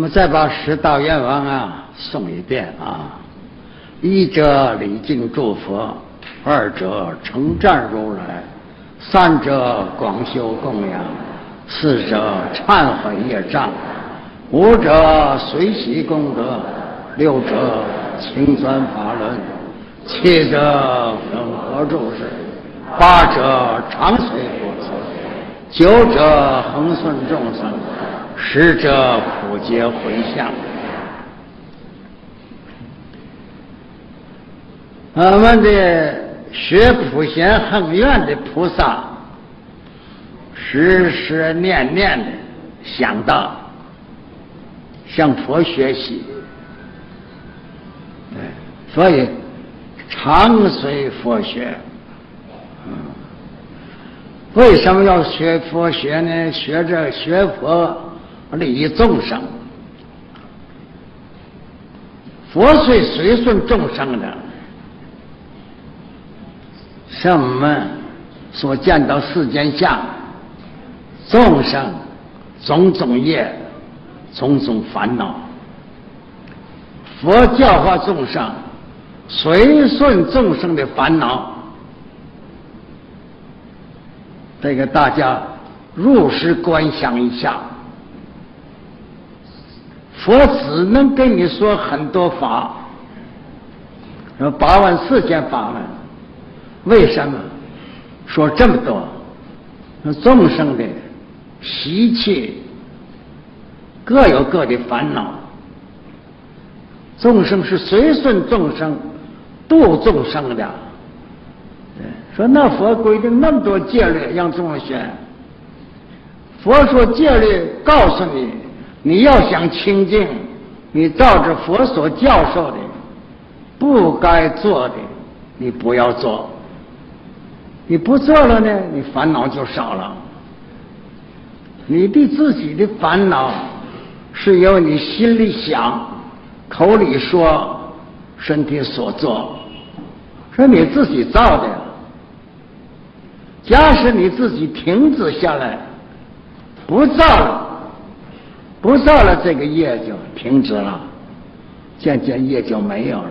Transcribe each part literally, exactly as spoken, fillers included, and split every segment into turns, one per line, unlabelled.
们再把十大愿望啊诵一遍啊。一者礼敬诸佛，二者称赞如来，三者广修供养，四者忏悔业障，五者随喜功德，六者清转法轮，七者恒河注释，八者长随佛子，九者恒顺众生，十者普皆回向。我们的学普贤恒愿的菩萨，时时念念的想到向佛学习，对，所以常随佛学。嗯，为什么要学佛学呢？学着学佛利益众生，佛虽随顺众生的。像我们所见到世间相，众生种种业，种种烦恼，佛教化众生，随顺众生的烦恼，这个大家入实观想一下。佛只能跟你说很多法，说八万四千法门。为什么说这么多？众生的习气各有各的烦恼，众生是随顺众生度众生的。说那佛规定那么多戒律让众生学，佛说戒律告诉你，你要想清净，你照着佛所教授的不该做的你不要做，你不做了呢，你烦恼就少了。你对自己的烦恼是由你心里想，口里说，身体所做，是你自己造的。假使你自己停止下来，不造了，不造了，这个业就停止了，渐渐业就没有了。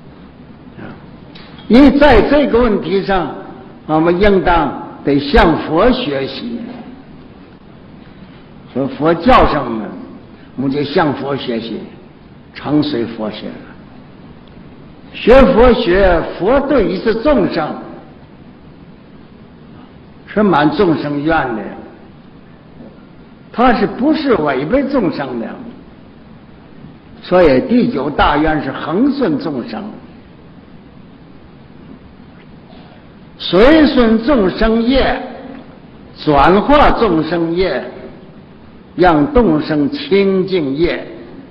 因为在这个问题上，我们应当得向佛学习。说佛教上们，我们就向佛学习，常随佛学。学佛学，佛对于是众生，是满众生愿的，他是不是违背众生的？所以第九大愿是恒顺众生。随顺众生业，转化众生业，让众生清净业。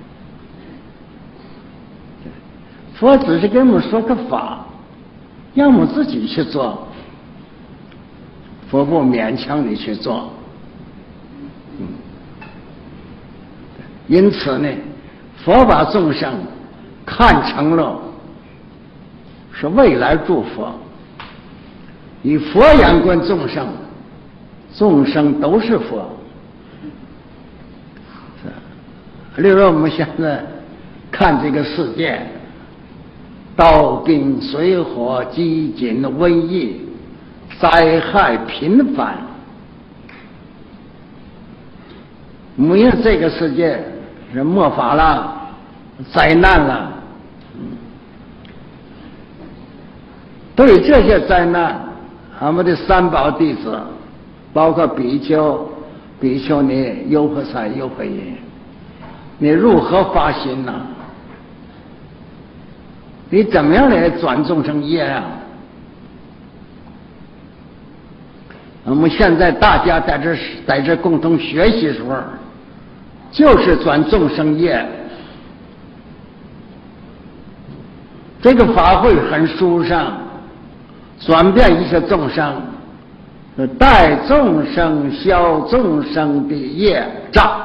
佛只是给我们说个法，让我们自己去做，佛不勉强你去做。嗯，因此呢，佛把众生看成了是未来诸佛。以佛眼观众生，众生都是佛。例如我们现在看这个世界，刀兵水火饥馑瘟疫，灾害频繁。没有这个世界是末法了，灾难了。对这些灾难，我们的三宝弟子，包括比丘、比丘尼、优婆塞、优婆夷，你如何发心呢？你怎么样来转众生业啊？我们现在大家在这在这共同学习的时候，就是转众生业。这个法会很殊胜，转变一切众生，代众生消众生的业障。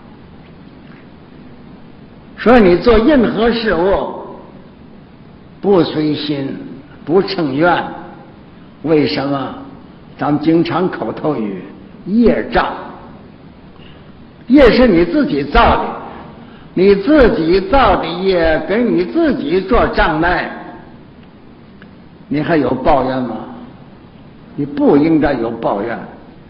所以你做任何事物，不随心，不称愿，为什么？咱们经常口头语，业障，业是你自己造的， 你自己造的业给你自己做障碍，你还有抱怨吗？你不应该有抱怨。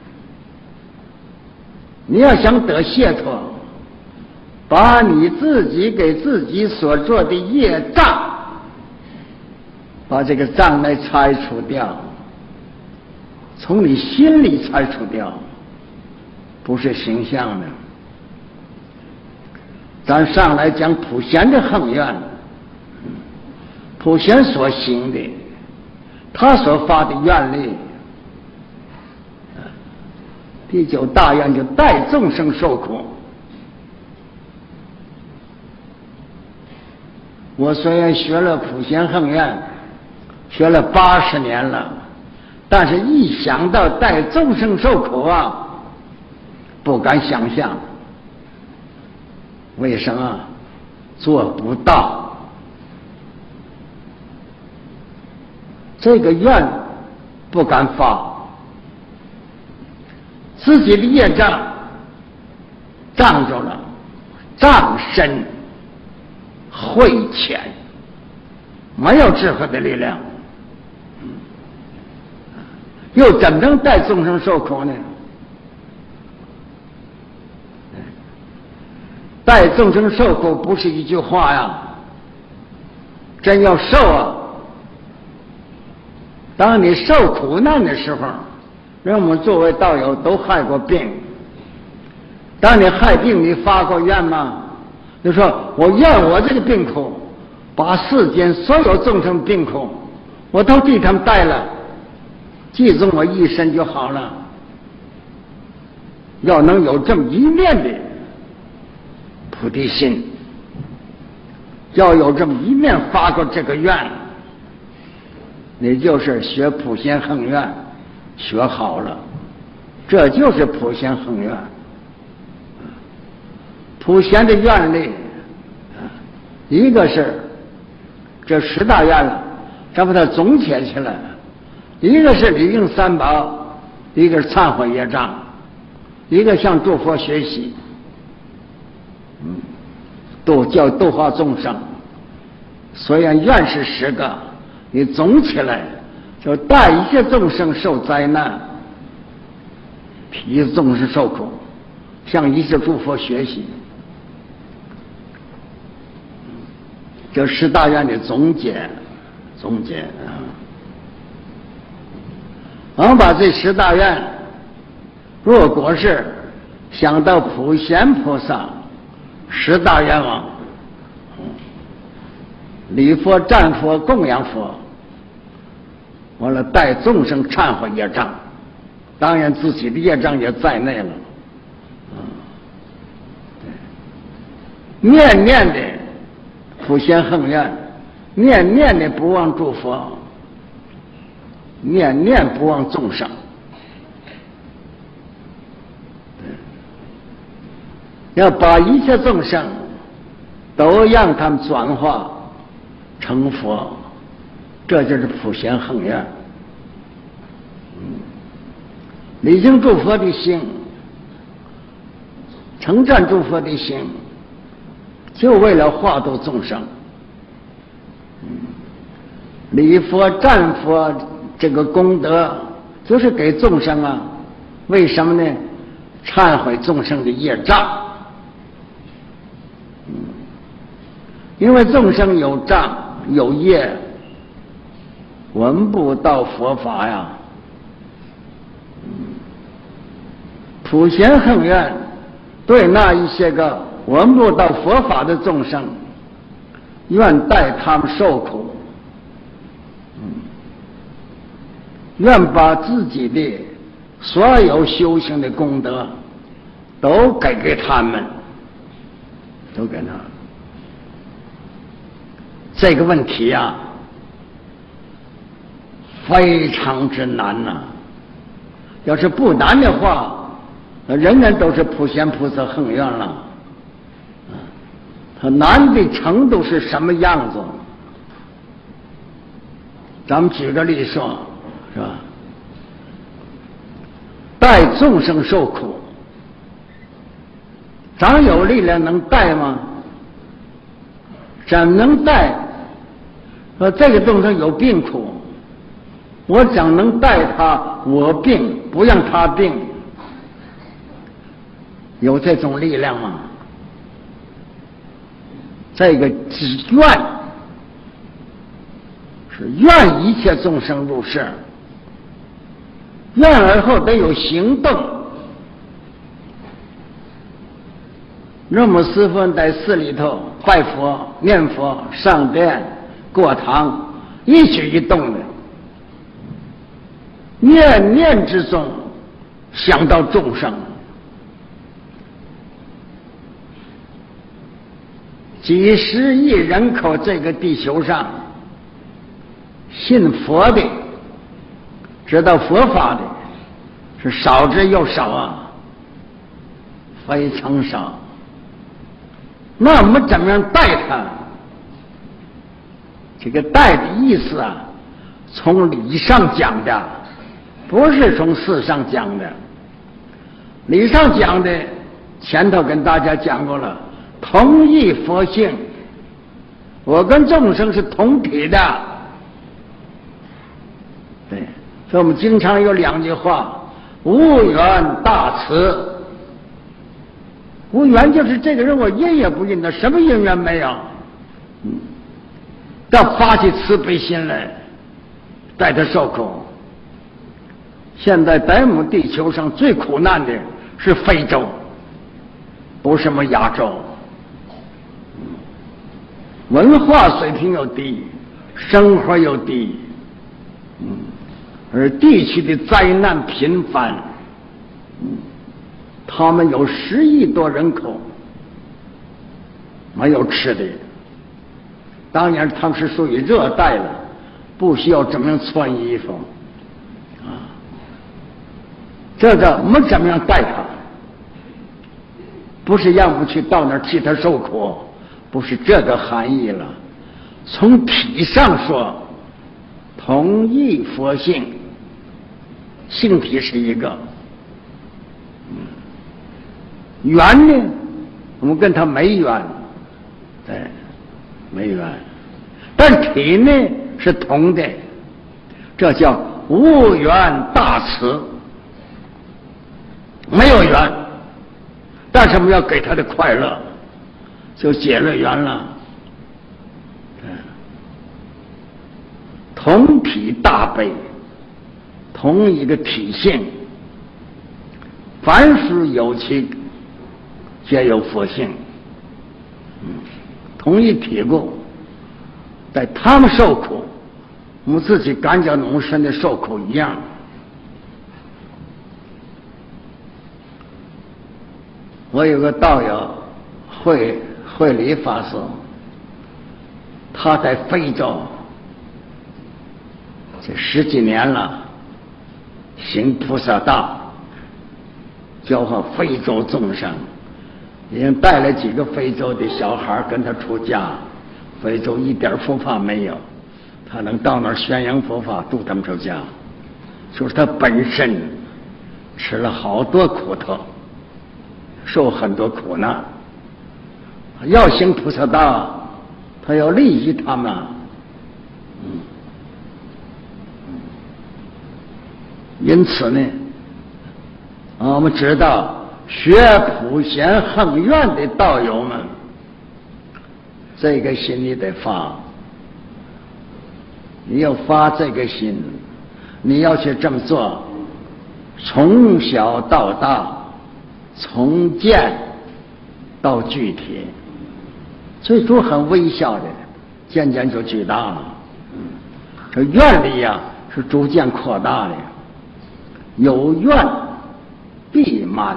你要想得解脱，把你自己给自己所做的业障，把这个障碍拆除掉，从你心里拆除掉，不是形象的。咱上来讲普贤的恒愿，普贤所行的，他所发的愿力，第九大愿就代众生受苦。我虽然学了普贤恒愿，学了八十年了，但是一想到代众生受苦啊，不敢想象。为什么？做不到。这个愿不敢发，自己的业障障住了，障深慧浅，没有智慧的力量，又怎能带众生受苦呢？带众生受苦不是一句话呀，真要受啊！当你受苦难的时候，因为我们作为道友都害过病，当你害病，你发过愿吗？就说我愿我这个病苦，把世间所有众生病苦，我都替他们带了，记住我一身就好了。要能有这么一面的菩提心，要有这么一面发过这个愿，你就是学普贤恒愿学好了，这就是普贤恒愿。普贤的愿力，一个是这十大愿了，咱把它总结起来，一个是礼敬三宝，一个是忏悔业障，一个向诸佛学习，嗯，都叫度化众生。虽然愿是十个，你总起来就带一切众生受灾难，替众生受苦，向一切诸佛学习。这十大愿的总结，总结啊！我们把这十大愿，如果是想到普贤菩萨十大愿望，礼佛、战佛、供养佛，完了带众生忏悔业障，当然自己的业障也在内了。念念的普贤恒愿，念念的不忘诸佛，念念不忘众生。要把一切众生都让他们转化成佛，这就是普贤恒愿。礼敬诸佛的心，称赞诸佛的心，就为了化度众生。礼佛、战佛这个功德，就是给众生啊。为什么呢？忏悔众生的业障。因为众生有障有业，闻不到佛法呀。普贤恒愿对那一些个闻不到佛法的众生，愿带他们受苦，愿把自己的所有修行的功德都给给他们，都给他们。这个问题啊，非常之难呐、啊。要是不难的话，人人都是普贤菩萨恒愿了。它难的程度是什么样子？咱们举个例说，是吧？带众生受苦，咱有力量能带吗？ 怎能带？说这个众生有病苦，我怎能带他我病，不让他病？有这种力量吗？这个只愿是愿一切众生入世，愿而后得有行动。若母师父在寺里头拜佛、念佛、上殿、过堂，一举一动的，念念之中想到众生。几十亿人口，这个地球上信佛的、知道佛法的是少之又少啊，非常少。那我们怎么样带他？这个带的意思啊，从理上讲的，不是从事上讲的。理上讲的，前头跟大家讲过了，同一佛性，我跟众生是同体的。对，所以我们经常有两句话：无缘大慈。无缘就是这个人我因也不因他，什么因缘没有，嗯，要发起慈悲心来，带他受苦。现在在我们地球上最苦难的是非洲，不是什么亚洲。文化水平又低，生活又低，嗯，而地区的灾难频繁，嗯，他们有十亿多人口，没有吃的。当然，他们是属于热带了，不需要怎么样穿衣服，啊，这个我们怎么样带他？不是让我们去到那儿替他受苦。不是这个含义了。从体上说，同一佛性，性体是一个。缘呢，我们跟他没缘，对，没缘。但体呢是同的，这叫无缘大慈。没有缘，但是我们要给他的快乐。就结了缘了，同体大悲，同一个体性，凡是有其皆有佛性，嗯，同一体故，在他们受苦，我们自己感觉我们身体受苦一样。我有个道友会。慧理法师，他在非洲这十几年了，行菩萨道，教化非洲众生，已经带了几个非洲的小孩跟他出家。非洲一点佛法没有，他能到那儿宣扬佛法，度他们出家。就是他本身吃了好多苦头，受很多苦难。要行菩萨道，他要利益他们，嗯，因此呢，我们知道学普贤恒愿的道友们，这个心你得发，你要发这个心，你要去这么做，从小到大，从见到具体。最初很微小的，渐渐就巨大了。嗯，这愿力呀、啊、是逐渐扩大的，有愿必满。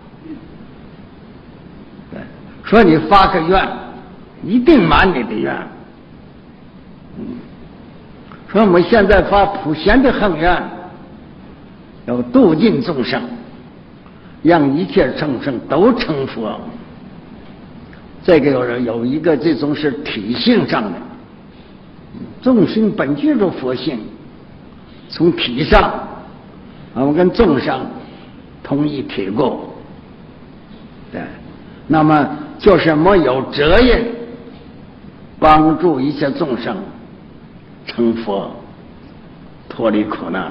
对，说你发个愿，一定满你的愿。嗯，说我们现在发普贤的恒愿，要度尽众生，让一切众生都成佛。这个有有一个，这种是体性上的，众生本具有佛性，从体上，我们跟众生同一体构，对，那么就是没有责任， 帮助一切众生成佛，脱离苦难。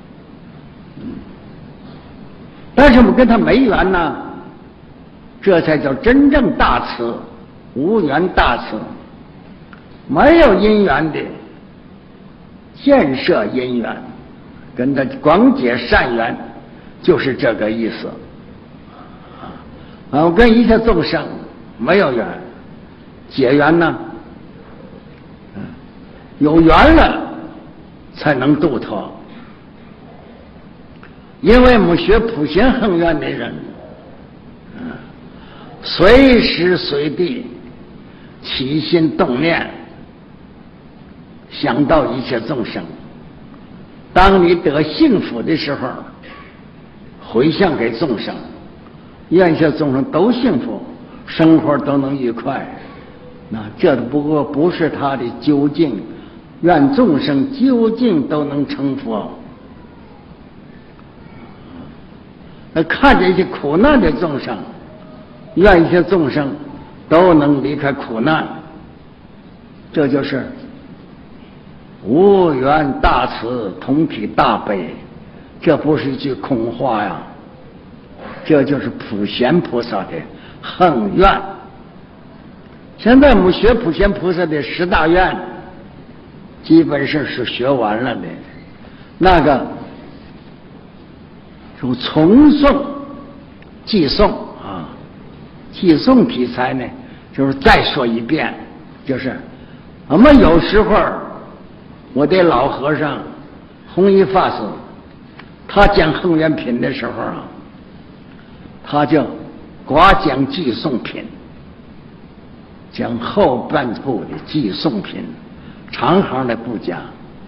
但是我们跟他没缘呢，这才叫真正大慈，无缘大慈。没有因缘的建设因缘，跟他广结善缘，就是这个意思。啊，我跟一切众生没有缘，结缘呢，有缘了才能度脱。因为我们学普贤恒愿的人，随时随地起心动念，想到一切众生。当你得幸福的时候，回向给众生，愿一切众生都幸福，生活都能愉快。那这不过不是他的究竟，愿众生究竟都能成佛。那看着一些苦难的众生，愿一些众生都能离开苦难，这就是无缘大慈，同体大悲。这不是一句空话呀，这就是普贤菩萨的恒愿。现在我们学普贤菩萨的十大愿，基本上是学完了的。那个就重诵寄诵啊，寄诵题材呢，就是再说一遍，就是我们有时候我的老和尚弘一法师，他讲恒愿品的时候啊，他就寡讲寄诵品，讲后半部的寄诵品，长行的不讲。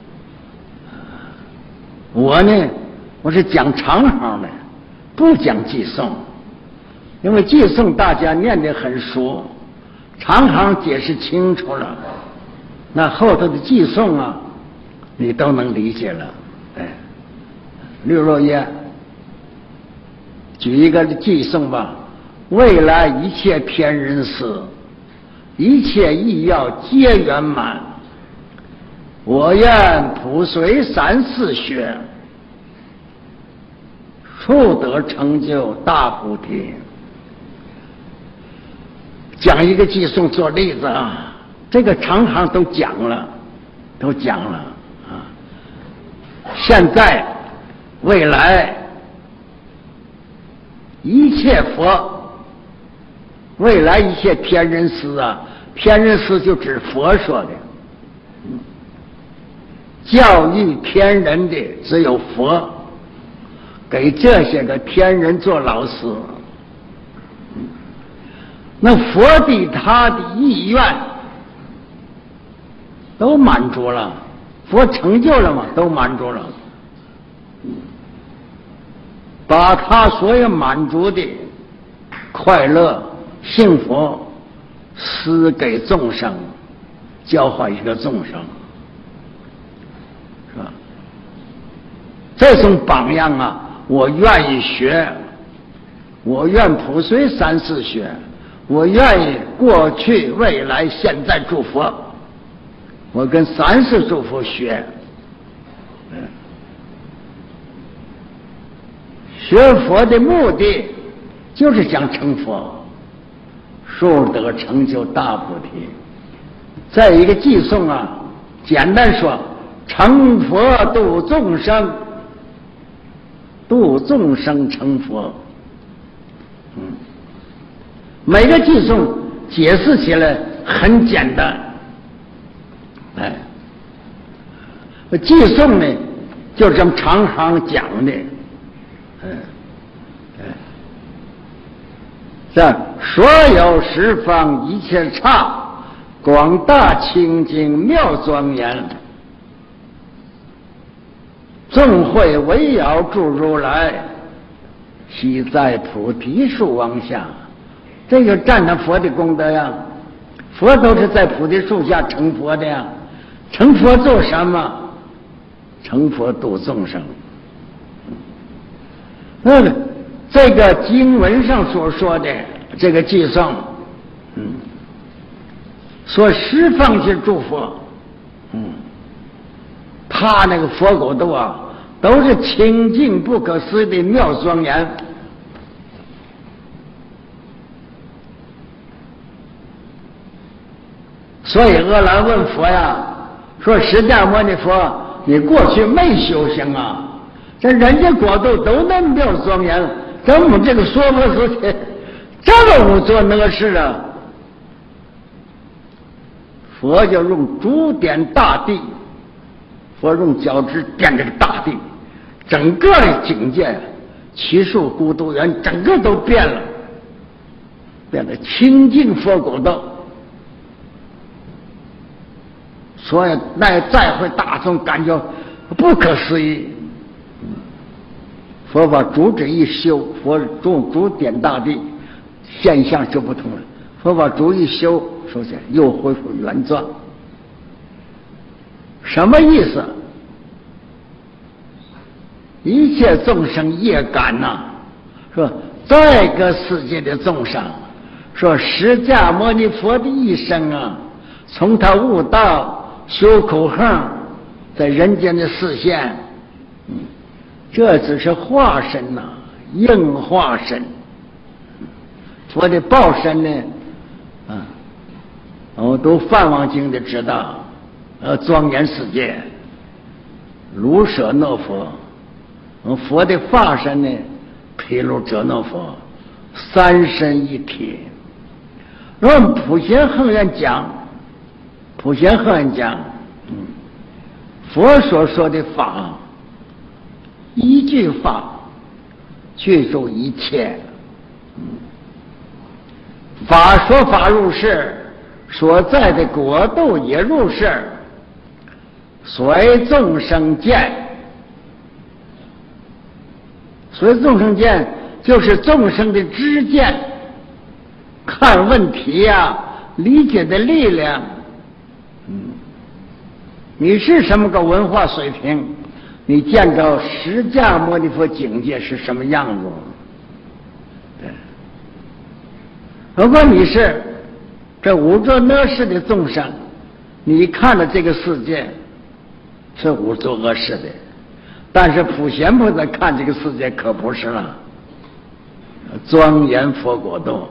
我呢，我是讲长行的，不讲寄诵，因为寄诵大家念得很熟，长行解释清楚了，那后头的寄诵啊，你都能理解了。哎，六若叶举一个寄诵吧：未来一切天人事，一切意要皆圆满。我愿普随三世学，速得成就大菩提。讲一个寄诵做例子啊，这个长行都讲了，都讲了啊。现在、未来，一切佛，未来一切天人师啊，天人师就指佛说的。教育天人的只有佛，给这些个天人做老师。那佛的他的意愿都满足了，佛成就了嘛，都满足了，把他所有满足的快乐幸福施给众生，教化一个众生，是吧？这种榜样啊，我愿意学，我愿普随三世学，我愿意过去未来现在诸佛，我跟三世诸佛学。学佛的目的就是想成佛，速得成就大菩提。再一个寄诵啊，简单说，成佛度众生，度众生成佛。嗯，每个寄诵解释起来很简单，哎，寄诵呢就这么长行讲的。嗯，嗯，这所有十方一切刹，广大清净妙庄严，众会围绕住如来，悉在菩提树王下。这就占了佛的功德呀！佛都是在菩提树下成佛的呀。成佛做什么？成佛度众生。那么这个经文上所说的这个寄诵，嗯， 所十方去诸佛，嗯，他那个佛国度啊，都是清净不可思议的妙庄严。所以阿难问佛呀，说释迦牟尼佛，你过去没修行啊？这人家国度都那么妙庄严，怎么这个娑婆世界这么无作那个事啊？佛就用主点大地，佛用脚趾点这个大地，整个的境界，七树孤独园整个都变了，变得清净佛国道。所以那再会大众感觉不可思议。佛把主旨一修，佛主主点大地，现象就不同了。佛把主一修，首先又恢复原状。什么意思？一切众生业感呐、啊，说这个世界的众生，说释迦牟尼佛的一生啊，从他悟道。修口横，在人间的视线，嗯，这只是化身呐、啊，应化身。佛的报身呢，啊，我都《梵网经》的知道，呃，庄严世界，卢舍那佛，佛的化身呢，毗卢遮那佛，三身一体。让普贤恒愿讲。普贤恒愿讲，嗯，佛所说的法，一句法具足一切。嗯，法说法入世，所在的国度也入世，随众生见。随众生见，就是众生的知见，看问题呀、啊，理解的力量。嗯，你是什么个文化水平？你见着释迦牟尼佛境界是什么样子？对，如果你是这五浊恶世的众生，你看了这个世界是五浊恶世的，但是普贤菩萨看这个世界可不是了，庄严佛国度，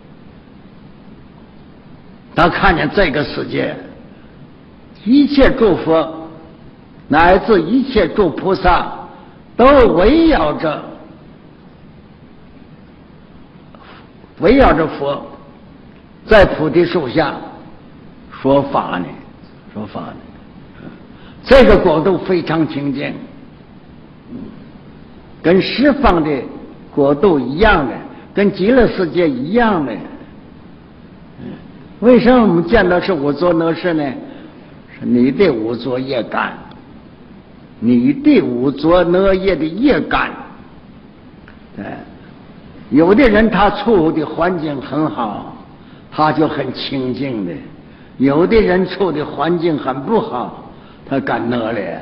他看见这个世界。一切诸佛乃至一切诸菩萨都围绕着围绕着佛，在菩提树下说法呢，说法呢。这个国度非常清净，跟十方的国度一样的，跟极乐世界一样的。为什么我们见到是五浊恶世呢？你的五浊业感，你的五浊恶业的业感，哎，有的人他处的环境很好，他就很清净的；有的人处的环境很不好，他干恶劣。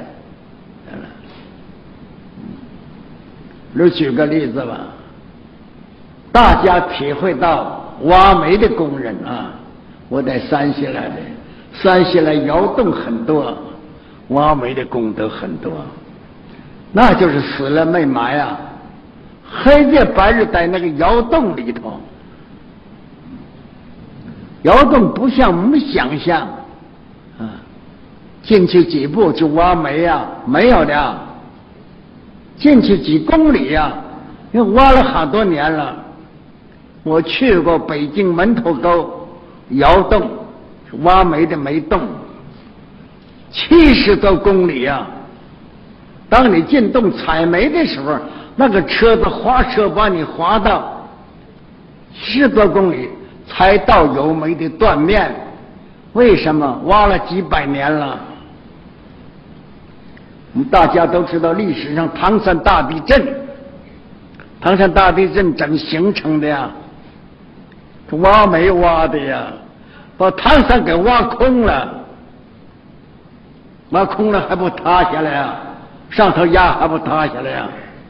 就举个例子吧，大家体会到挖煤的工人啊，我在山西来的。山西来窑洞很多，挖煤的功德很多，那就是死了没埋啊，黑夜白日在那个窑洞里头。窑洞不像我们想象啊，进去几步就挖煤啊，没有的，进去几公里啊，因为挖了好多年了。我去过北京门头沟窑洞。挖煤的煤洞，七十多公里啊！当你进洞采煤的时候，那个车子滑车把你滑到十多公里，才到有煤的断面。为什么？挖了几百年了。我们大家都知道，历史上唐山大地震，唐山大地震怎么形成的呀？挖煤挖的呀！把唐山给挖空了，挖空了还不塌下来啊？上头压还不塌下来啊？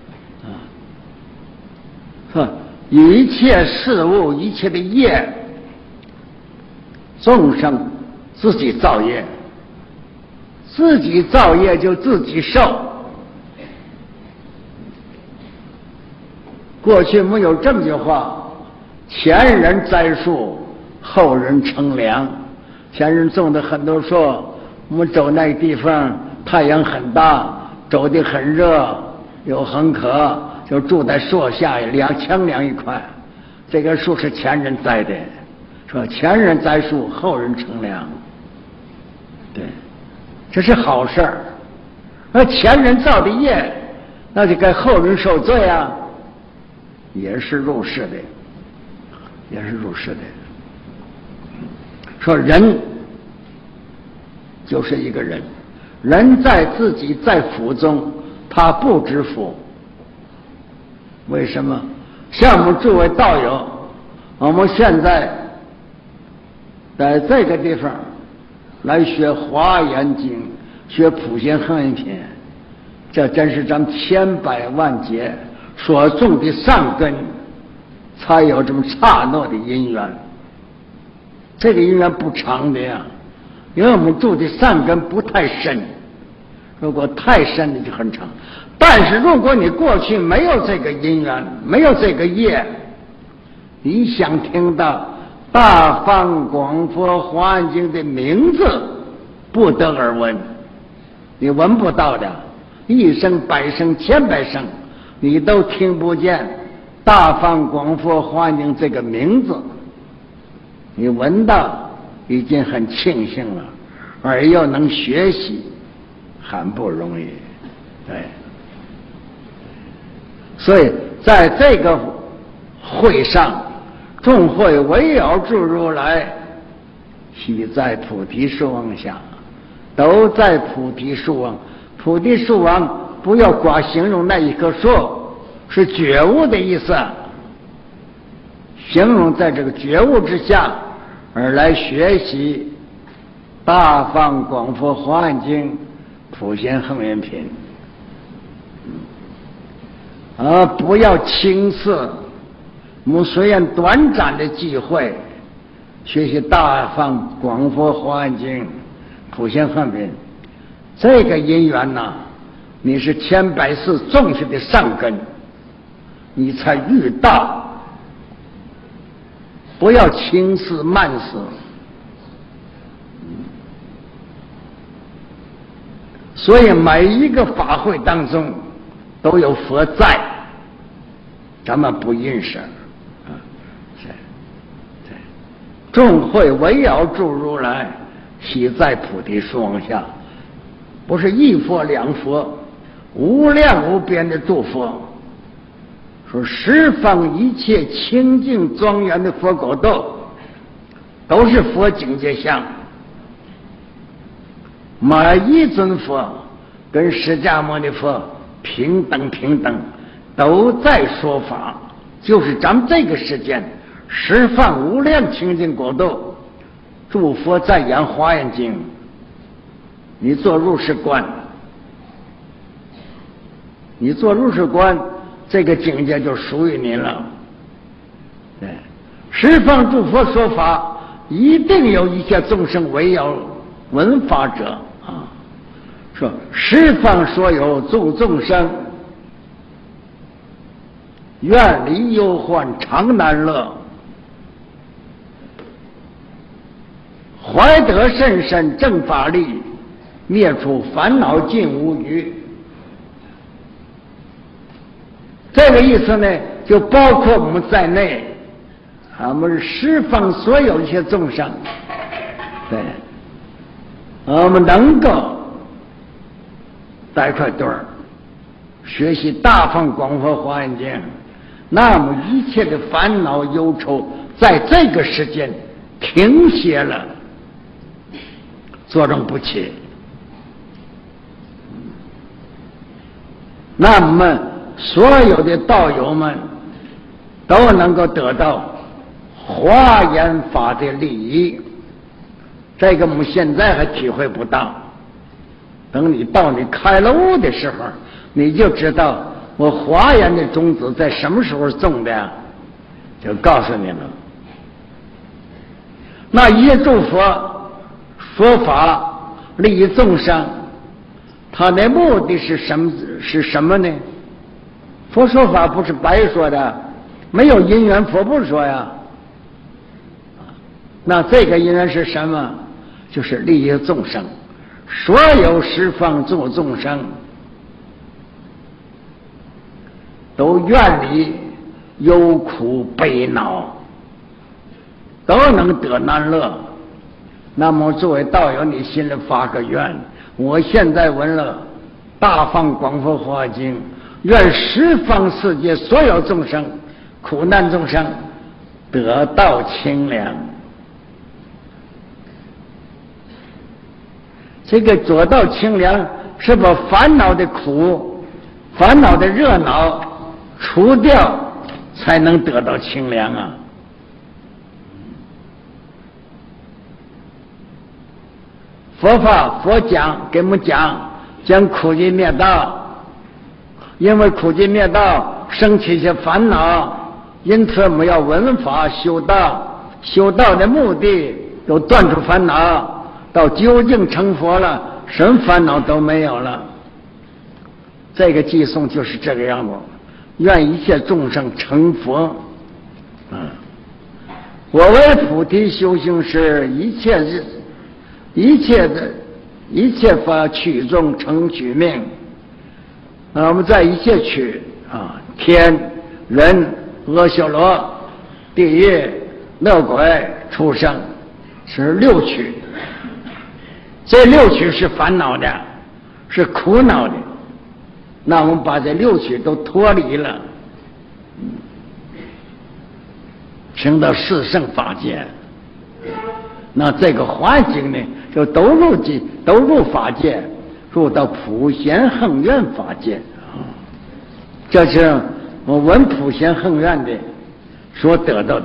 啊，一切事物，一切的业，众生自己造业，自己造业就自己受。过去没有这么句话，前人栽树，后人乘凉。前人种的很多树，我们走那个地方太阳很大，走的很热，又很渴，就住在树下，凉清凉一块。这个树是前人栽的，说前人栽树，后人乘凉。对，这是好事儿。而前人造的业，那就该后人受罪啊，也是入世的，也是入世的。说人就是一个人，人在自己在福中，他不知福。为什么？像我们诸位道友，我们现在在这个地方来学《华严经》，学《普贤行愿品》，这真是咱千百万劫所种的善根，才有这么刹那的因缘。这个因缘不长的呀，因为我们种的善根不太深，如果太深的就很长。但是如果你过去没有这个因缘，没有这个业，你想听到大放广佛华严经的名字，不得而闻，你闻不到的，一声百声千百声你都听不见大放广佛华严经这个名字。你闻到已经很庆幸了，而又能学习，很不容易。对，所以在这个会上，众会围绕住如来，喜在菩提树王下，都在菩提树王。菩提树王不要光形容那一棵树，是觉悟的意思，形容在这个觉悟之下而来学习大放广佛华严经普贤行愿品，啊，不要轻视。我们虽然短暂的机会学习大放广佛华严经普贤行愿品，这个因缘呢，你是千百世种下的善根，你才遇到。不要轻视慢视，所以每一个法会当中都有佛在，咱们不认识啊。对，众会围绕住如来，喜在菩提树王下，不是一佛两佛，无量无边的诸佛。说十方一切清净庄严的佛果豆，都是佛境界相。每一尊佛跟释迦牟尼佛平等平等，都在说法。就是咱们这个时间，十方无量清净果豆，诸佛在演华严经，你做入世观，你做入世观。这个境界就属于你了。对，十方诸佛说法，一定有一切众生唯有闻法者啊。说十方所有诸众生，愿离忧患常难乐，怀得甚深正法力，灭除烦恼尽无余。这个意思呢，就包括我们在内，啊，我们是十方所有一些众生，对，我们能够在一块堆儿学习大放广佛华严经，那么一切的烦恼忧愁在这个时间停歇了，作用不起。那么所有的道友们都能够得到华严法的利益，这个我们现在还体会不到。等你到你开了悟的时候，你就知道我华严的种子在什么时候种的，就告诉你了。那一诸佛佛法利益众生，它的目的是什么？是什么呢？佛说法不是白说的，没有因缘佛不说呀。那这个因缘是什么？就是利益众生，所有十方诸众生都远离忧苦悲恼，都能得难乐。那么作为道友，你心里发个愿，我现在闻了大放广佛华经，愿十方世界所有众生苦难众生得到清凉。这个得到清凉，是把烦恼的苦、烦恼的热闹除掉，才能得到清凉啊。佛法佛讲给我们讲讲苦集灭道，因为苦集灭道生起一些烦恼，因此我们要闻法修道，修道的目的都断除烦恼，到究竟成佛了，什么烦恼都没有了。这个寄颂就是这个样子，愿一切众生成佛。嗯，我为菩提修行时，一切日一切的一切法取众成取命。啊，我们在一切取啊，天、人、阿修罗、地狱、恶鬼、畜生，是六取。这六取是烦恼的，是苦恼的。那我们把这六取都脱离了，升到四圣法界。那这个环境呢，就都入界，都入法界，入到普贤恒愿法界。这是我闻普贤恒愿的所得到的，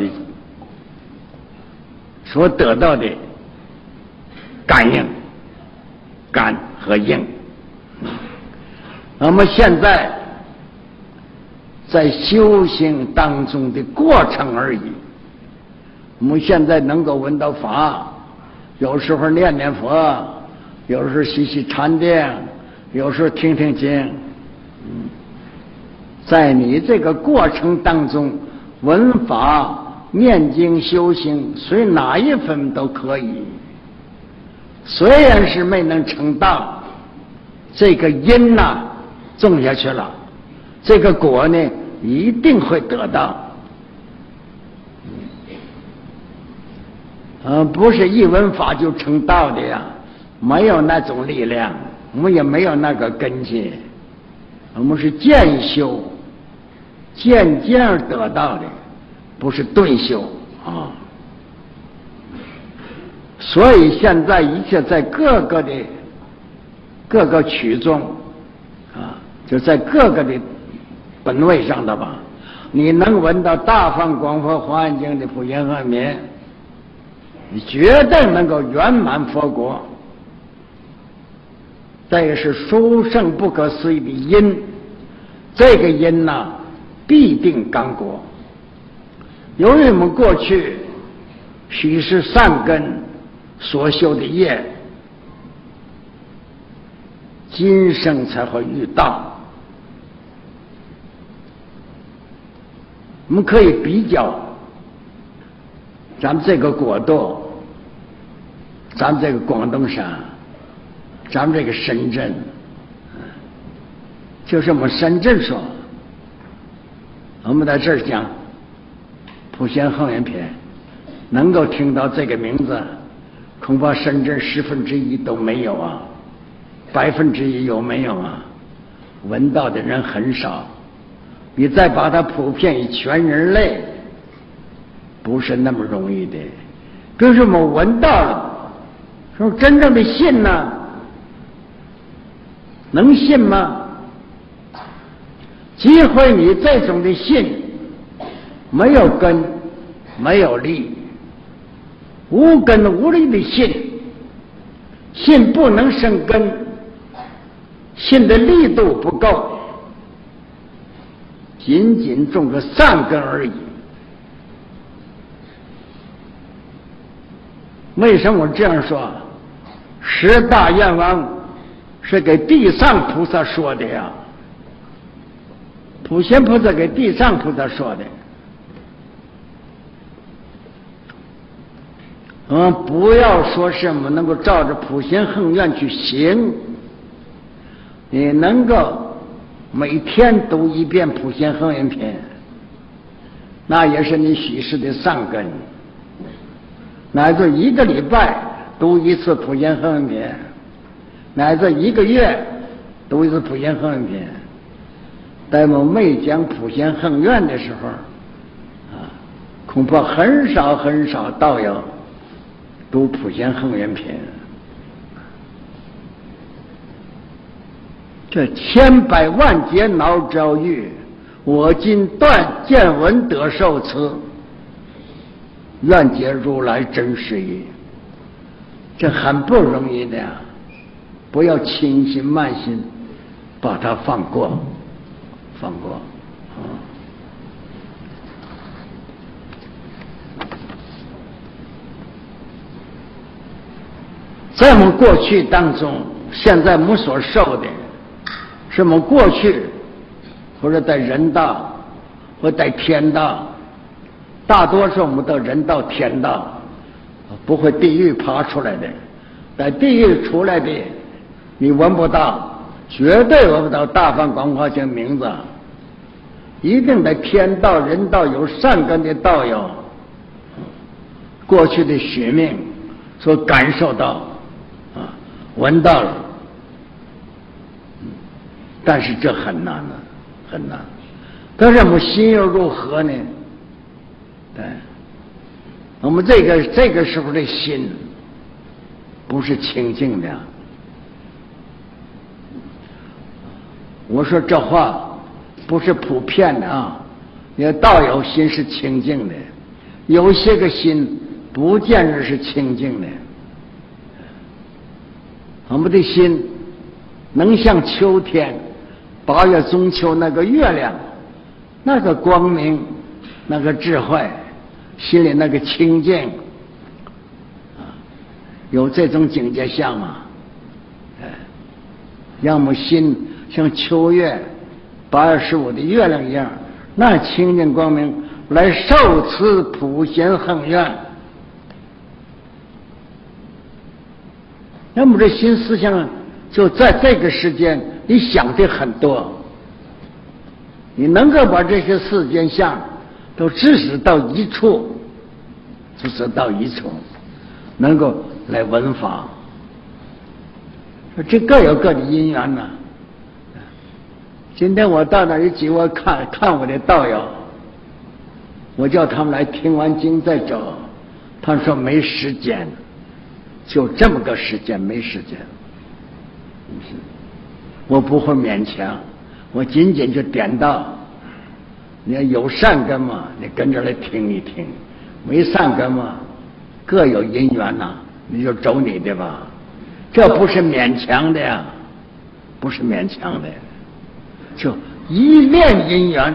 所得到的感应、感和应。那么现在在修行当中的过程而已。我们现在能够闻到法，有时候念念佛，有时候洗洗禅定，有时候听听经。嗯，在你这个过程当中，闻法、念经、修行，随哪一分都可以。虽然是没能成道，这个因呐、啊、种下去了，这个果呢一定会得到。呃，不是一闻法就成道的呀，没有那种力量，我们也没有那个根基，我们是渐修，渐渐而得到的，不是顿修啊。所以现在一切在各个的各个曲中啊，就在各个的本位上的吧，你能闻到大放广佛华严经的普贤和民，你绝对能够圆满佛国。这个是殊胜不可思议的因，这个因呐、啊，必定刚果。由于我们过去许是善根所修的业，今生才会遇到。我们可以比较咱们这个国度，咱们这个广东省，咱们这个深圳，就是我们深圳说，我们在这儿讲普贤恒愿篇，能够听到这个名字，恐怕深圳十分之一都没有啊，百分之一有没有啊？闻到的人很少。你再把它普遍于全人类，不是那么容易的。比如说我们闻到了，说真正的信呢，能信吗？机会你这种的信，没有根，没有力，无根无力的信，信不能生根，信的力度不够，仅仅种个善根而已。为什么我这样说？ 十大愿望是给地藏菩萨说的呀，普贤菩萨给地藏菩萨说的。嗯，不要说什么能够照着普贤恒愿去行，你能够每天读一遍普贤恒愿篇，那也是你许誓的善根。乃至一个礼拜读一次普贤恒愿篇，乃至一个月读一次普贤恒愿篇。在我没讲普贤恒愿的时候，啊，恐怕很少很少道友读普贤恒愿篇。这千百万劫恼遭遇，我今断见闻得受持，愿解如来真实义。这很不容易的呀，不要轻心慢心把它放过，放过啊！在我们过去当中，现在我们所受的是我们过去或者在人道或在天道，大多数我们到人道天道，不会地狱爬出来的。在地狱出来的你闻不到，绝对闻不到大梵广华经名字。一定在天道人道有善根的道友，过去的使命所感受到啊，闻到了，但是这很难了，很难。但是我们心又如何呢？对，我们这个这个时候的心不是清净的。我说这话不是普遍的啊，你的道友心是清净的，有些个心不见得是清净的。我们的心能像秋天八月中秋那个月亮，那个光明，那个智慧，心里那个清净啊，有这种境界相吗？哎，让我们心像秋月八月十五的月亮一样，那清净光明来受持普贤恒愿。那么这心思想就在这个时间你想的很多，你能够把这些世间相都支持到一处，支持到一处，能够来闻法。这各有各的因缘呢。今天我到那里几我看看我的道友，我叫他们来听完经再走，他们说没时间，就这么个时间，没时间。我不会勉强，我仅仅就点到，你要有善根嘛，你跟着来听一听；没善根嘛，各有因缘呐、啊，你就走你的吧。这不是勉强的呀，不是勉强的，就一念因缘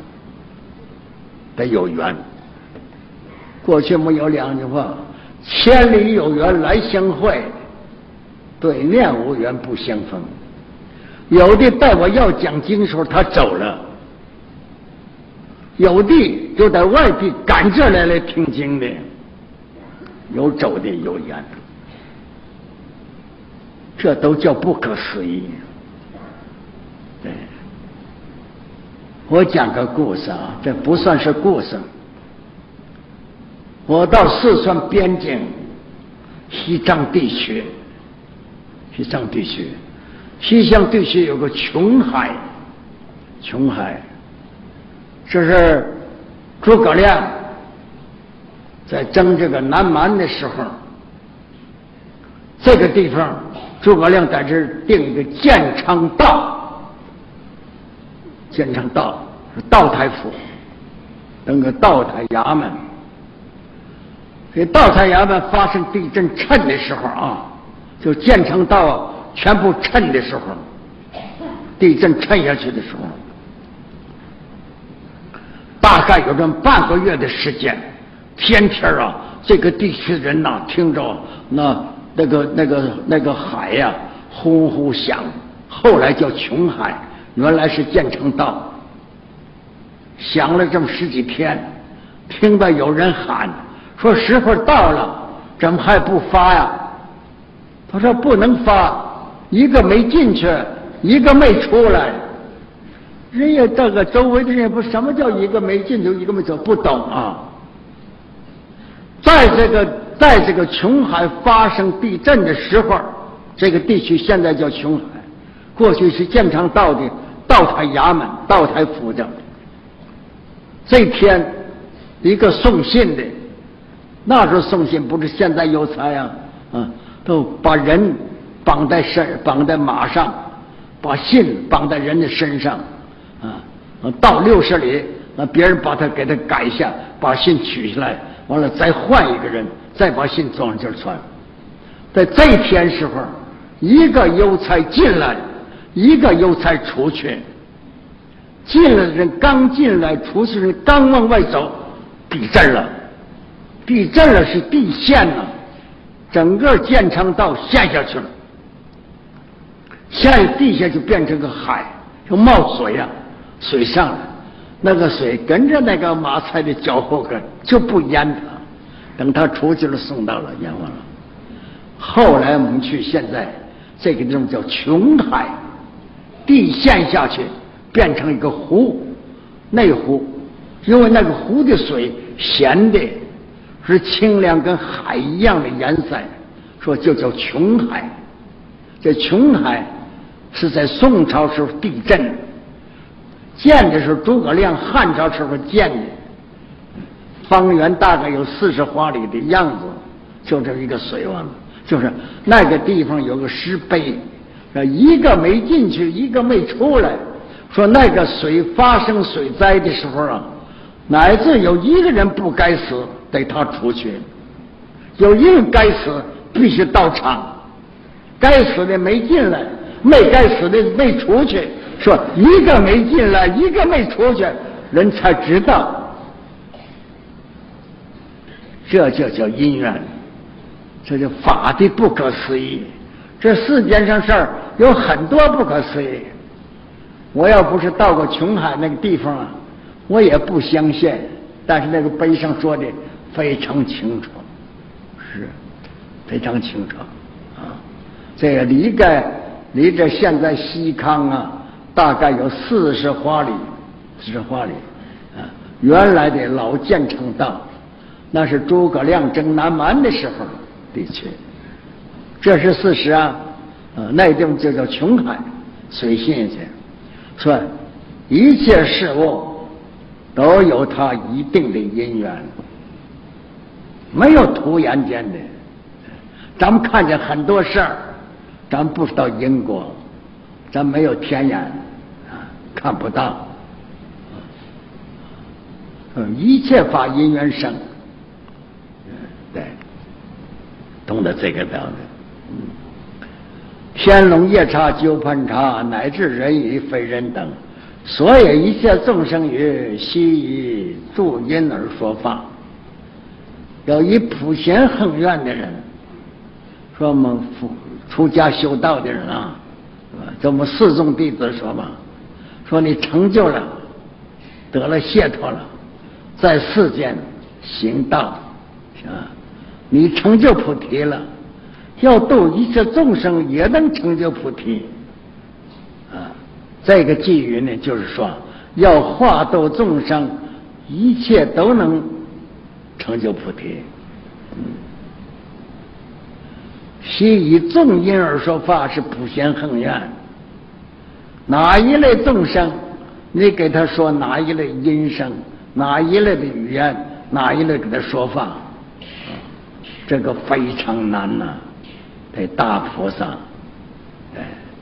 得有缘。过去没有两句话：千里有缘来相会，对面无缘不相逢。有的带我要讲经的时候他走了，有的就在外地赶着来来听经的，有走的有缘的，这都叫不可思议。对，我讲个故事啊，这不算是故事。我到四川边境西藏地区，西藏地区，西藏地区有个琼海，琼海，这是诸葛亮在征这个南蛮的时候，这个地方诸葛亮在这儿定一个建昌道，建昌道是道台府，那个道台衙门。给道台衙门发生地震震的时候啊，就建成道全部震的时候，地震震下去的时候，大概有这么半个月的时间，天天啊，这个地区的人呐、啊，听着那那个那个那个海呀、啊，呼呼响，后来叫琼海，原来是建成道。响了这么十几天，听到有人喊说时候到了，怎么还不发呀？他说不能发，一个没进去，一个没出来。人家这个周围的人不什么叫一个没进去，一个没出，不懂啊。在这个在这个琼海发生地震的时候，这个地区现在叫琼海，过去是建昌道的道台衙门、道台府的。这天，一个送信的，那时候送信不是现在邮差呀，啊，都把人绑在身，绑在马上，把信绑在人的身上，啊，到六十里，那别人把他给他改下，把信取下来，完了再换一个人，再把信装上这儿传。在这一天时候，一个邮差进来，一个邮差出去。进来的人刚进来，出去的人刚往外走，地震了，地震了是地陷了，整个建昌道陷下去了，陷地下就变成个海，就冒水啊，水上来，那个水跟着那个马菜的脚后跟就不淹他，等他出去了送到了淹完了。后来我们去现在这个地方叫琼海，地陷下去。变成一个湖，内湖，因为那个湖的水咸的，是清凉跟海一样的颜色，说就叫琼海。这琼海是在宋朝时候地震，建的时候诸葛亮汉朝时候建的，方圆大概有四十华里的样子，就这一个水湾，就是那个地方有个石碑，一个没进去，一个没出来。说那个水发生水灾的时候啊，乃至有一个人不该死，得他出去；有一个人该死，必须到场。该死的没进来，没该死的没出去。说一个没进来，一个没出去，人才知道，这就叫因缘，这就法的不可思议。这世间上事儿有很多不可思议。我要不是到过琼海那个地方啊，我也不相信。但是那个碑上说的非常清楚，是非常清楚啊。这个离个离这现在西康啊，大概有四十华里，四十华里啊。原来的老建成道，那是诸葛亮征南蛮的时候的确，这是事实啊。呃，那地方就叫琼海，水信去。说一切事物都有它一定的因缘，没有突然间的。咱们看见很多事儿，咱不知道因果，咱没有天眼啊，看不到。嗯，一切法因缘生，对，懂得这个道理。嗯。天龙夜叉九盘叉，乃至人与非人等，所有一切众生于悉以助因而说法。有一普贤恒愿的人，说我们出家修道的人啊，这我们四众弟子说嘛，说你成就了，得了解脱了，在世间行道，啊，你成就菩提了。要度一切众生也能成就菩提啊！这个寄语呢，就是说要化度众生，一切都能成就菩提。嗯，悉以众因而说法，是普贤恒愿。哪一类众生，你给他说哪一类音声，哪一类的语言，哪一类给他说法，啊，这个非常难呐，啊。得大菩萨，哎，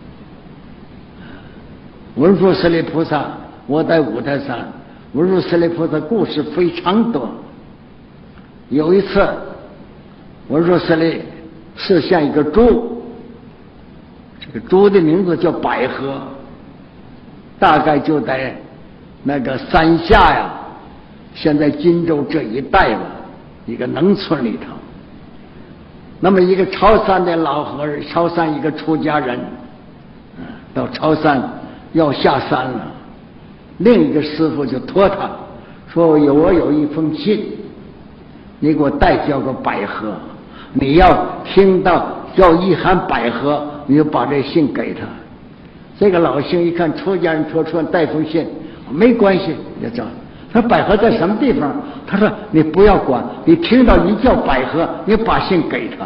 文殊师利菩萨，我在五台山，文殊师利菩萨故事非常多。有一次，文殊师利示现一个猪，这个猪的名字叫百合，大概就在那个三峡呀，现在荆州这一带吧，一个农村里头。 那么一个潮汕的老和尚，潮汕一个出家人，到潮汕要下山了，另一个师傅就托他说：“有我有一封信，你给我代交个百合。你要听到要一喊百合，你就把这信给他。”这个老兄一看出家人托出带封信，没关系，就找他说：“百合在什么地方？”他说：“你不要管，你听到一叫百合，你把信给他。”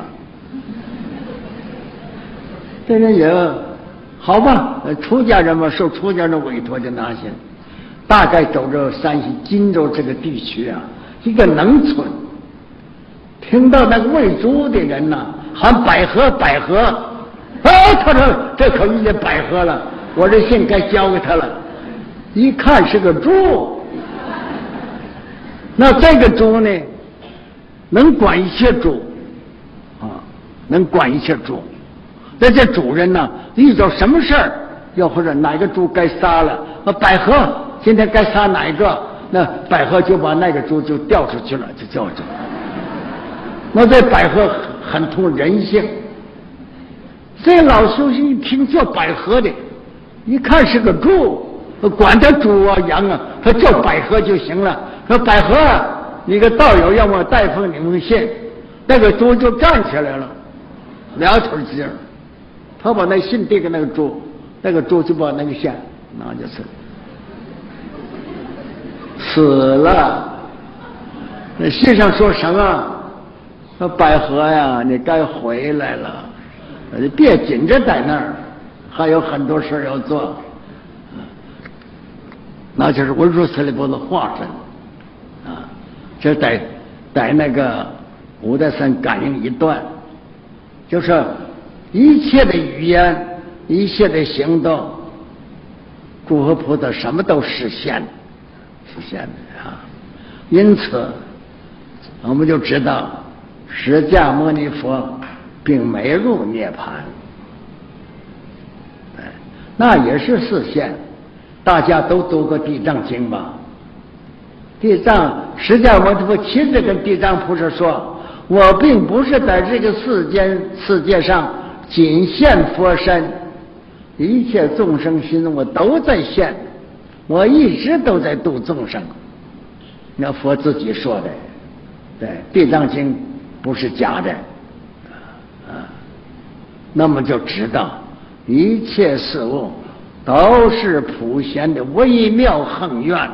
这人也好吧，出家人嘛，受出家人委托就拿信。大概走着山西荆州这个地区啊，一个农村，听到那个喂猪的人呐、啊、喊百合百合，啊，他说这可遇见百合了，我这信该交给他了。一看是个猪，那这个猪呢，能管一切猪啊，能管一切猪。那这主人呢，遇到什么事儿，要或者哪个猪该杀了，那百合今天该杀哪一个，那百合就把那个猪就调出去了，就叫着。那这百合很通人性。这老修行一听叫百合的，一看是个猪，管他猪啊羊啊，他叫百合就行了。说百合啊，你个道友要么带封你封信，那个猪就站起来了，两腿直。他把那信递给那个猪，那个猪就把那个线拿就是死了。那信上说什么？说百合呀，你该回来了，你别紧着在那儿，还有很多事要做。那就是文殊师利波的化身啊，这在在那个五台山感应一段，就是一切的语言，一切的行动，诸佛菩萨什么都实现，实现的啊。因此，我们就知道，释迦牟尼佛并没入涅槃，那也是示现。大家都读过《地藏经》吧？地藏释迦牟尼佛亲自跟地藏菩萨说：“我并不是在这个世间世界上仅现佛身，一切众生心中我都在现，我一直都在度众生。”那佛自己说的，对，《地藏经》不是假的啊。那么就知道一切事物都是普贤的微妙恒愿，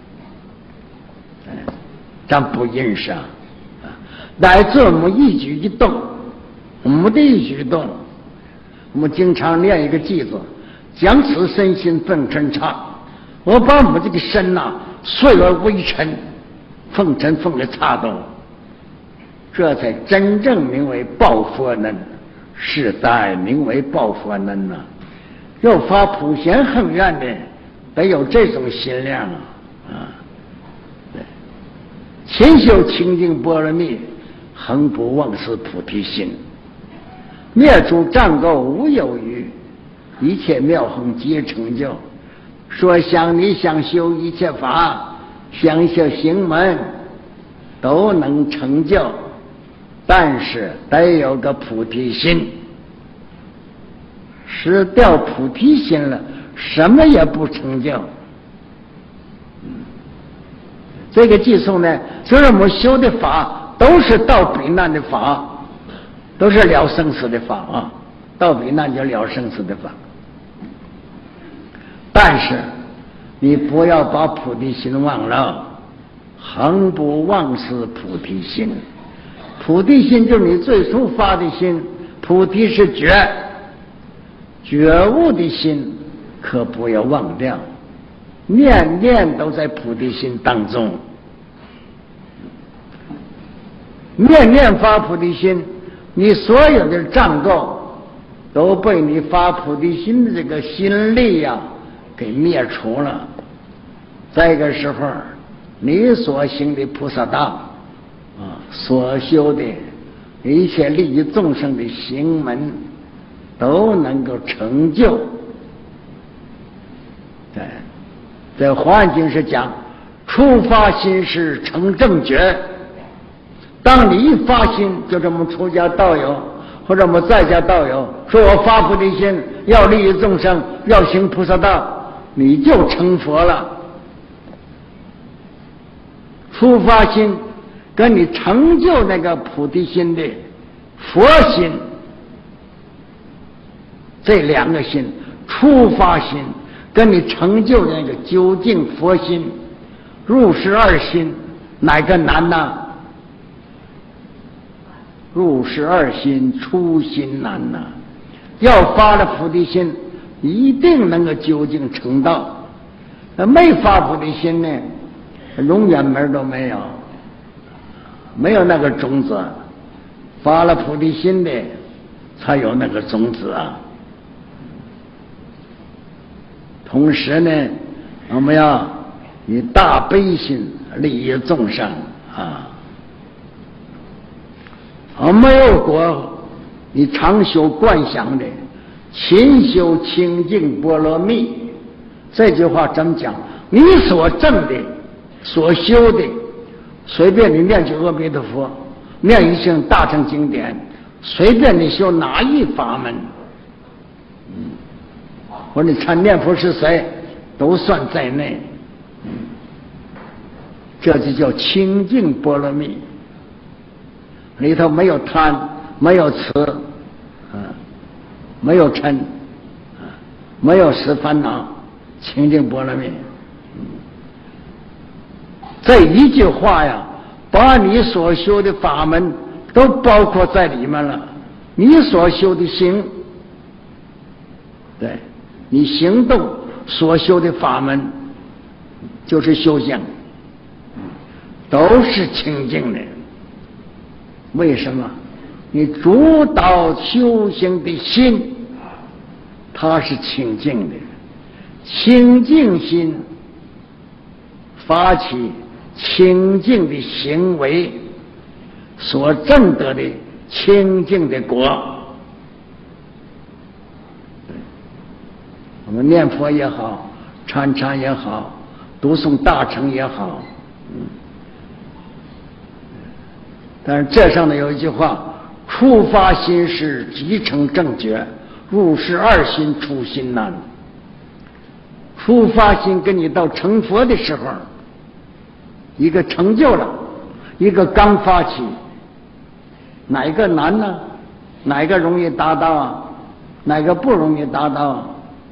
咱不认识啊。乃至我们一举一动，我们的一举一动，我们经常念一个句子：将此身心奉尘刹。我把我们这个身呐、啊，碎而为尘，奉尘奉的刹动，这才真正名为报佛能，是在名为报佛能呢、啊。要发普贤恒愿的，得有这种心量啊！啊，对，勤修清净波罗蜜，恒不忘失菩提心，灭诸障垢无有余，一切妙行皆成就。说想你想修一切法，想修行门，都能成就，但是得有个菩提心。失掉菩提心了，什么也不成就。这个寄送呢，就是我们修的法都是到彼难的法，都是了生死的法啊。到彼难就了生死的法。但是你不要把菩提心忘了，恒不忘失菩提心。菩提心就是你最初发的心，菩提是觉。觉悟的心可不要忘掉，念念都在菩提心当中，念念发菩提心，你所有的障垢都被你发菩提心的这个心力呀、啊、给灭除了。这个时候，你所行的菩萨道啊，所修的一切利益众生的行门，都能够成就。对，在华严经是讲，初发心识成正觉， 当你一发心，就这么出家道友或者我们在家道友，说我发菩提心，要利益众生，要行菩萨道，你就成佛了。初发心跟你成就那个菩提心的佛心，这两个心，初发心跟你成就那个究竟佛心，入世二心，哪个难呢？入世二心，初心难呐。要发了菩提心，一定能够究竟成道。那没发菩提心呢，永远门都没有，没有那个种子。发了菩提心的，才有那个种子啊。同时呢，我们要以大悲心利益众生啊。而没有果，你常修观想的，勤修清净波罗蜜。这句话怎么讲？你所证的、所修的，随便你念句阿弥陀佛，念一声大乘经典，随便你修哪一法门，嗯，或者你参念佛是谁，都算在内。嗯，这就叫清净波罗蜜。里头没有贪，没有痴，嗯，没有嗔，嗯，没有十烦恼，清净波罗蜜。嗯，这一句话呀，把你所修的法门都包括在里面了。你所修的行，对，你行动所修的法门，就是修行，都是清净的。为什么？你主导修行的心，它是清净的，清净心发起清净的行为，所证得的清净的果。我们念佛也好，参禅也好，读诵大乘也好，嗯。但是这上头有一句话：初发心是即成正觉，入世二心出心难。初发心跟你到成佛的时候，一个成就了，一个刚发起，哪一个难呢？哪一个容易达到啊？哪个不容易达到啊？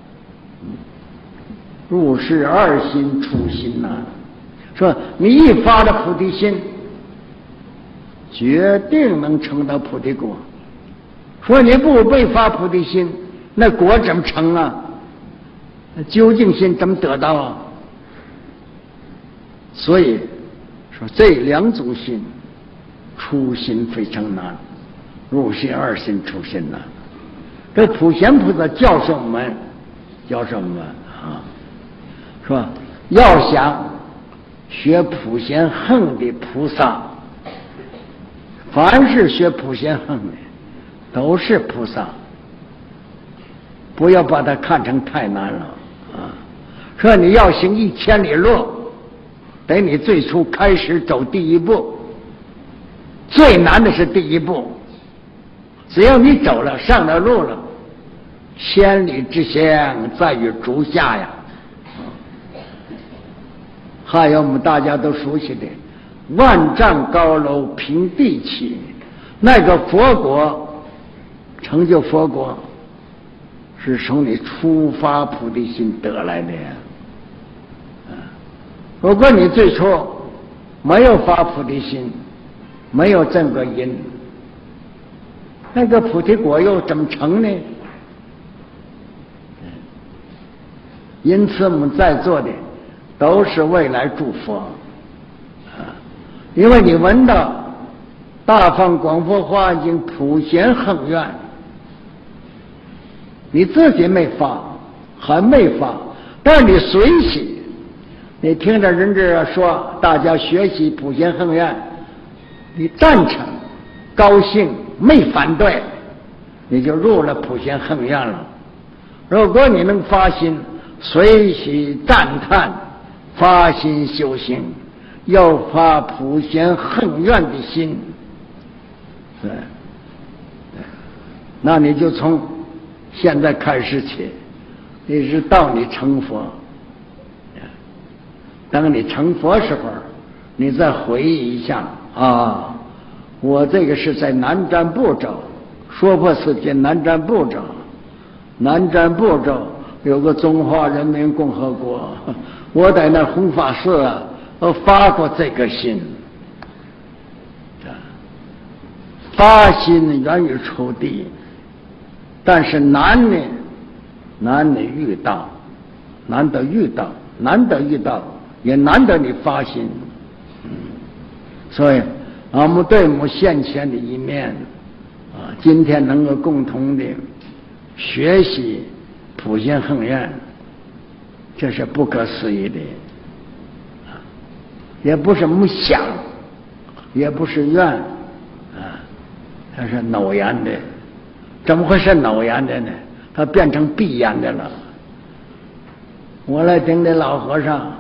入世二心出心难。说你一发了菩提心，决定能成到菩提果。说你不被发菩提心，那果怎么成啊？那究竟心怎么得到啊？所以说这两种心，出心非常难，入心二心出心难。这普贤菩萨教授我们，教授我们啊，说要想学普贤行的菩萨，凡是学普贤行的都是菩萨，不要把它看成太难了啊！说你要行一千里路，得你最初开始走第一步，最难的是第一步。只要你走了，上了路了，千里之行在于足下呀。还有我们大家都熟悉的万丈高楼平地起，那个佛国成就佛国是从你初发菩提心得来的呀。如果你最初没有发菩提心，没有正个因，那个菩提果又怎么成呢？因此我们在座的都是未来诸佛啊，因为你闻到大放广佛华严经普贤行愿，你自己没发，还没发，但是你随喜，你听着人这说大家学习普贤行愿，你赞成高兴没反对，你就入了普贤行愿了。如果你能发心随喜赞叹，发心修行，要发普贤行愿的心， 对，对，那你就从现在开始起，一直到你成佛。等你成佛时候，你再回忆一下啊，我这个是在南瞻部洲，娑婆世界南瞻部洲，南瞻部洲有个中华人民共和国，我在那弘法寺啊，我发过这个心。发心源于初地，但是难呢，难得遇到，难得遇到，难得遇到。也难得你发心，嗯，所以俺们对我们现前的一面啊，今天能够共同的学习普贤恒愿，这是不可思议的，啊，也不是我们想，也不是愿，啊，它是偶然的。怎么会是偶然的呢？它变成必然的了。我来听这老和尚。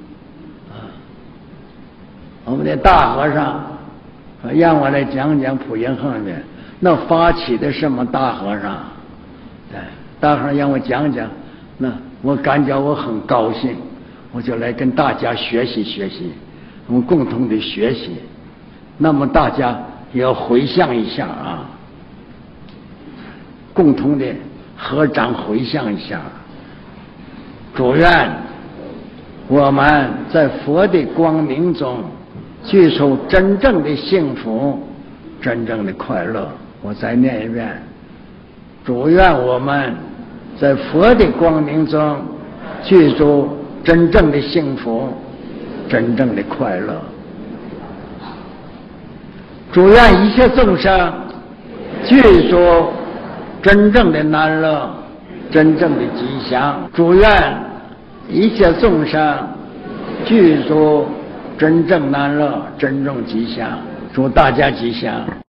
我们的大和尚让我来讲讲普贤恒愿，那发起的什么大和尚？对，大和尚让我讲讲，那我感觉我很高兴，我就来跟大家学习学习，我们共同的学习。那么大家也要回想一下啊，共同的合掌回想一下，祝愿我们在佛的光明中具受真正的幸福，真正的快乐。我再念一遍，祝愿我们在佛的光明中具足真正的幸福，真正的快乐。祝愿一切众生具足真正的难乐，真正的吉祥。祝愿一切众生具足真正难乐，真正吉祥。祝大家吉祥。